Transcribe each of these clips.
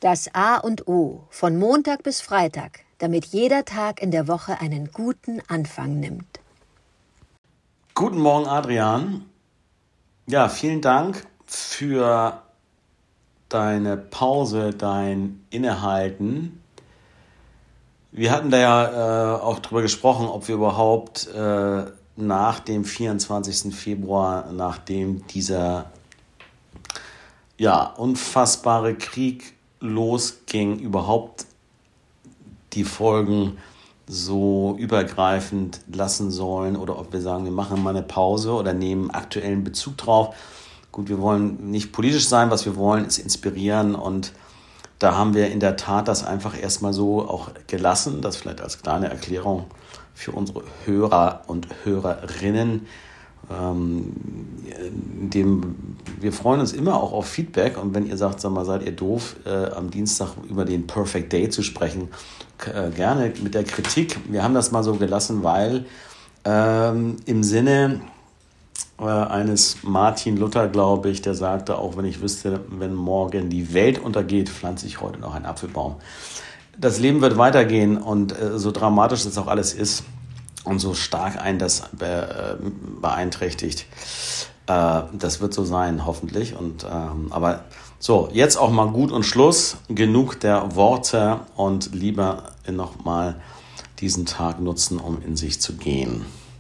Das A und O von Montag bis Freitag, damit jeder Tag in der Woche einen guten Anfang nimmt. Guten Morgen, Adrian. Ja, vielen Dank für deine Pause, dein Innehalten. Wir hatten da ja auch drüber gesprochen, ob wir überhaupt nach dem 24. Februar, nachdem dieser unfassbare Krieg losging, überhaupt die Folgen so übergreifend lassen sollen oder ob wir sagen, wir machen mal eine Pause oder nehmen aktuellen Bezug drauf. Gut, wir wollen nicht politisch sein, was wir wollen, ist inspirieren, und da haben wir in der Tat das einfach erstmal so auch gelassen. Das vielleicht als kleine Erklärung für unsere Hörer und Hörerinnen. Wir freuen uns immer auch auf Feedback, und wenn ihr sagt, sag mal, seid ihr doof, am Dienstag über den Perfect Day zu sprechen, gerne mit der Kritik. Wir haben das mal so gelassen, weil im Sinne eines Martin Luther, glaube ich, der sagte, auch wenn ich wüsste, wenn morgen die Welt untergeht, pflanze ich heute noch einen Apfelbaum. Das Leben wird weitergehen, und so dramatisch das auch alles ist und so stark einen das beeinträchtigt, das wird so sein, hoffentlich. Aber so, jetzt auch mal gut und Schluss. Genug der Worte und lieber nochmal diesen Tag nutzen, um in sich zu gehen.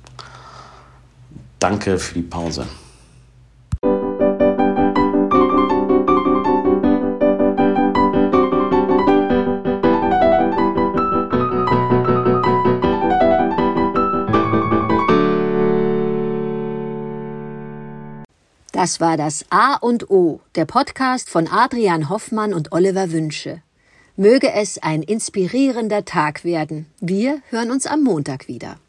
Danke für die Pause. Das war das A und O, der Podcast von Adrian Hoffmann und Oliver Wünsche. Möge es ein inspirierender Tag werden. Wir hören uns am Montag wieder.